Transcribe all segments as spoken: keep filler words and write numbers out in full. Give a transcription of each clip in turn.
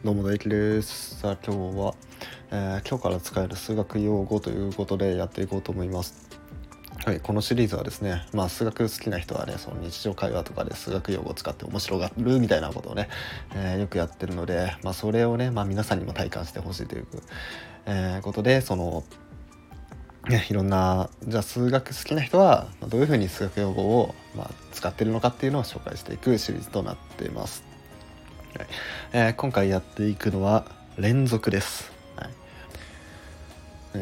どうも大輝です。さあ今日は、えー今日から使える数学用語ということでやっていこうと思います。はい、このシリーズはですね、まあ数学好きな人はね、その日常会話とかで数学用語を使って面白がるみたいなことをね、えーよくやってるので、まあそれをね、まあ皆さんにも体感してほしいという、えーことで、そのね、いろんなじゃあ数学好きな人はどういうふうに数学用語を、まあ、使っているのかっていうのを紹介していくシリーズとなっています。はいえー今回やっていくのは連続です。はい、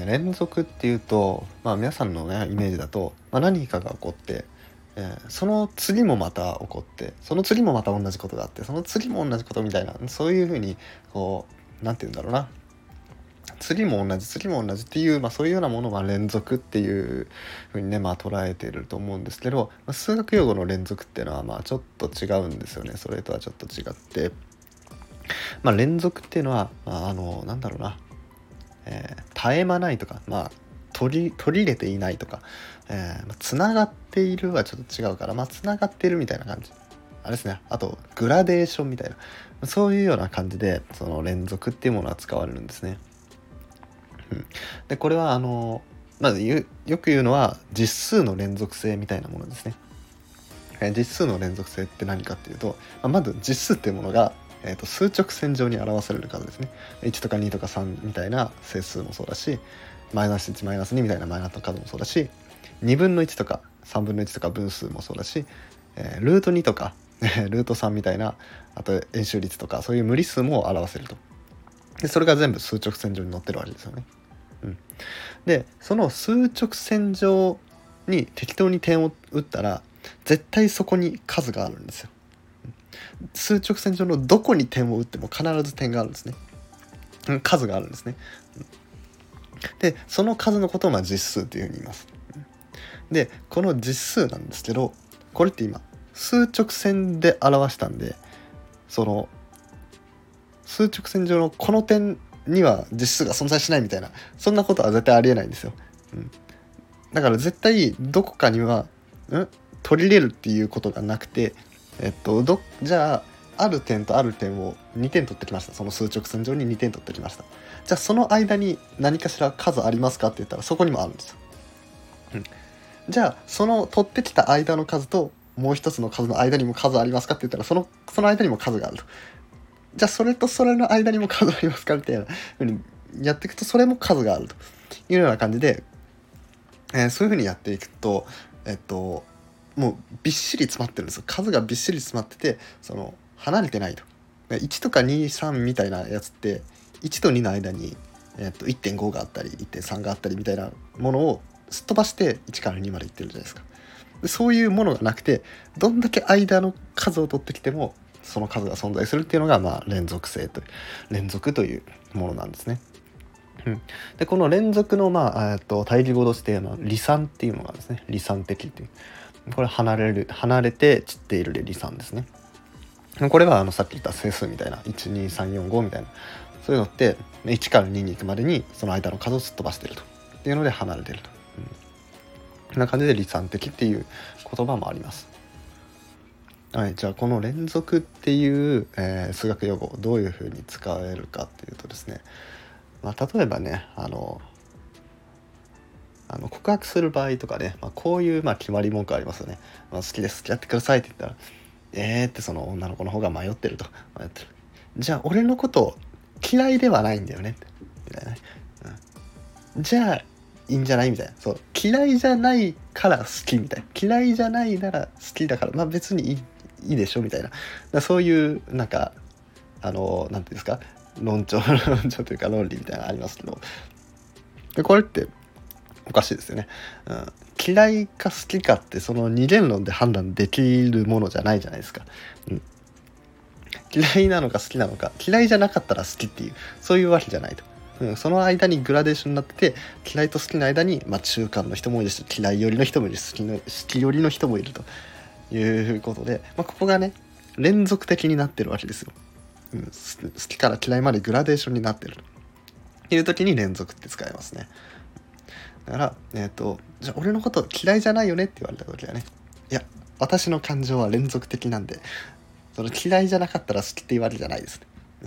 連続っていうと、まあ、皆さんの、ね、イメージだと、まあ、何かが起こって、えーその次もまた起こってその次もまた同じことがあってその次も同じことみたいな、そういうふうにこうなんて言うんだろうな、次も同じ次も同じっていう、まあ、そういうようなものをまあ連続っていうふうにね、まあ、捉えていると思うんですけど、まあ、数学用語の連続っていうのはまあちょっと違うんですよね。それとはちょっと違って、まあ、連続っていうのは、まあ、あのなんだろうな、えー絶え間ないとか、まあ、取り取り入れていないとか、えーまあ、つながっているはちょっと違うから、まあ、つながっているみたいな感じあれですね。あとグラデーションみたいな、そういうような感じでその連続っていうものは使われるんですね。うん、でこれはあのまずよく言うのは実数の連続性みたいなものですね。えー実数の連続性って何かっていうと、まあ、まず実数っていうものが、えー、と数直線上に表される数ですね。いちとかにとかさんみたいな整数もそうだし、マイナスいちマイナスにみたいなマイナスの数もそうだし、にぶんのいちとかさんぶんのいちとか分数もそうだし、えールートにとかルートさんみたいな、あと円周率とかそういう無理数も表せると。でそれが全部数直線上に載ってるわけですよね。うん、でその数直線上に適当に点を打ったら絶対そこに数があるんですよ。数直線上のどこに点を打っても必ず点があるんですね。数があるんですね。でその数のことをまあ実数というふうに言います。でこの実数なんですけど、これって今数直線で表したんで、その数直線上のこの点には実数が存在しないみたいな、そんなことは絶対ありえないんですよ。うん、だから絶対どこかにはん取り入れるっていうことがなくて、えっとどじゃあある点とある点をにてん取ってきました。その数直線上ににてん取ってきました。じゃあその間に何かしら数ありますかって言ったらそこにもあるんですよ。うん、じゃあその取ってきた間の数ともう一つの数の間にも数ありますかって言ったらそのその間にも数があると。じゃあそれとそれの間にも数ありますかみたいなふうにやっていくとそれも数があるというような感じで、えーそういうふうにやっていくと、えっともうびっしり詰まってるんですよ。数がびっしり詰まってて、その離れてないと。いちとかに、さんみたいなやつっていちとにの間に、えっと、いってんごがあったり いってんさん があったりみたいなものをすっ飛ばしていちからにまでいってるじゃないですか。でそういうものがなくて、どんだけ間の数を取ってきてもその数が存在するっていうのが、まあ、連続性という連続というものなんですね。うん、でこの連続の、まあ、えー、と対義語としての離散っていうのがですね、離散的っていう、これ離れる離れて散っているで離散ですね。これはあのさっき言った整数みたいないちにさんよんごみたいな、そういうのっていちからにに行くまでにその間の数をすっ飛ばしているとっていうので離れていると、うん、こんな感じで離散的っていう言葉もあります。はい、じゃあこの連続っていう、えー数学用語をどういうふうに使えるかっていうとですね、まあ、例えばね、あのあの告白する場合とかね、まあ、こういうまあ決まり文句ありますよね。まあ、好きです、付き合ってくださいって言ったら、えーってその女の子の方が迷ってると。迷ってる。じゃあ俺のこと嫌いではないんだよねって。みたいなね。うん、じゃあいいんじゃないみたいな。そう。嫌いじゃないから好きみたいな。嫌いじゃないなら好きだから、まあ別にいい、いいでしょみたいな。だそういうなんか、あの、なんていうんですか、論調、論調というか論理みたいなのありますけど。でこれっておかしいですよね。うん、嫌いか好きかってその二元論で判断できるものじゃないじゃないですか。うん、嫌いなのか好きなのか、嫌いじゃなかったら好きっていうそういうわけじゃないと。うん、その間にグラデーションになってて、嫌いと好きの間に、まあ、中間の人もいるし、嫌い寄りの人もいるし、好きの好き寄りの人もいるということで、まあ、ここがね連続的になってるわけですよ。うん、好きから嫌いまでグラデーションになってるという時に連続って使えますね。だから、えっと、じゃあ俺のこと嫌いじゃないよねって言われた時はね、いや、私の感情は連続的なんで、その嫌いじゃなかったら好きって言われるじゃないですね。ね、ま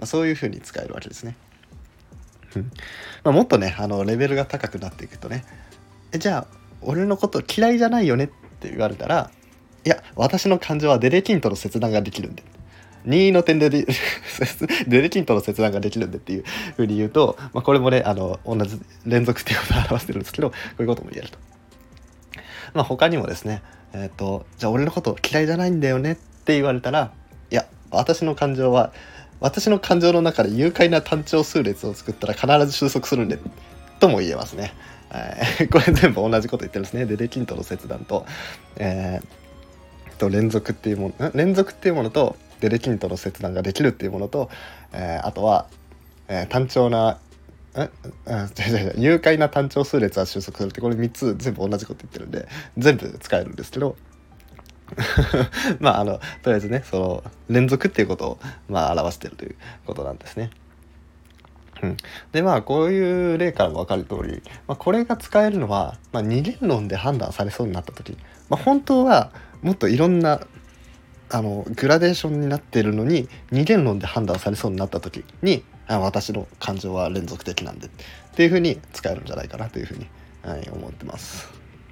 あ、そういう風に使えるわけですね。うんまあ、もっとねあのレベルが高くなっていくとね、えじゃあ俺のこと嫌いじゃないよねって言われたら、いや私の感情はデレキンとの切断ができるんで、にの点でデレキンとの切断ができるんでっていう風に言うと、まあ、これもねあの同じ連続っていうことを表してるんですけど、こういうことも言えると。まあ、他にもですね、えっとじゃあ俺のこと嫌いじゃないんだよねって言われたら、いや私の感情は私の感情の中で誘拐な単調数列を作ったら必ず収束するんでとも言えますね。はい、これ全部同じこと言ってるんですね。デレキントの切断と、えー、と連続っていうもの連続っていうものとデレキントの切断ができるっていうものと、えー、あとは、えー、単調なえあ違う違う誘拐な単調数列は収束するって、これみっつ全部同じこと言ってるんで全部使えるんですけどまああのとりあえずねその連続っていうことをまあ表しているということなんですね。うん、でまあこういう例からも分かる通り、まあ、これが使えるのは、まあ、二元論で判断されそうになった時、まあ、本当はもっといろんなあのグラデーションになっているのに二元論で判断されそうになった時に、あ私の感情は連続的なんでっていう風に使えるんじゃないかなという風に、はい、思ってます。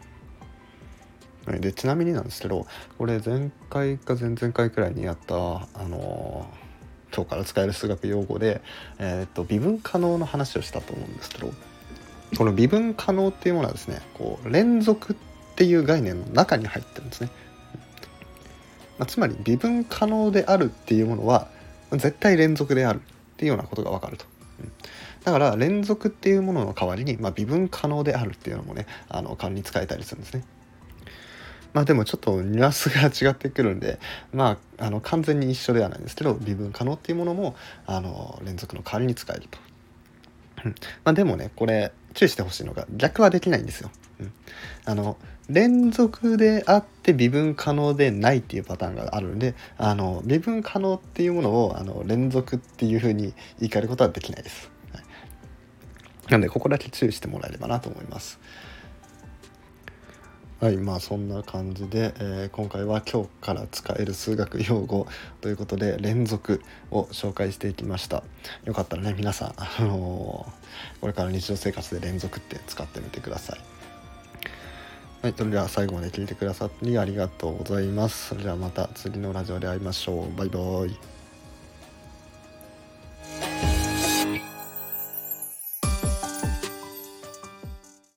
でちなみになんですけど、これ前回か前々回くらいにやったあのー、今日から使える数学用語で、えー、っと微分可能の話をしたと思うんですけど、この微分可能っていうものはですね、こう連続っていう概念の中に入ってるんですね。まあ、つまり微分可能であるっていうものは絶対連続であるっていうようなことが分かると。うん、だから連続っていうものの代わりに、まあ、微分可能であるっていうのもねあの代わりに使えたりするんですね。まあでもちょっとニュアンスが違ってくるんで、まあ、あの完全に一緒ではないんですけど、微分可能っていうものもあの連続の代わりに使えると。うんまあ、でもねこれ注意してほしいのが逆はできないんですよ。うん、あの連続であって微分可能でないっていうパターンがあるんで、あの微分可能っていうものをあの連続っていうふうに言い換えることはできないです。はい、なのでここだけ注意してもらえればなと思います。はいまあそんな感じで、えー、今回は今日から使える数学用語ということで連続を紹介していきました。よかったらね皆さん、あのー、これから日常生活で連続って使ってみてください。はい、それでは最後まで聞いてくださりありがとうございます。それではまた次のラジオで会いましょう。バイバイ。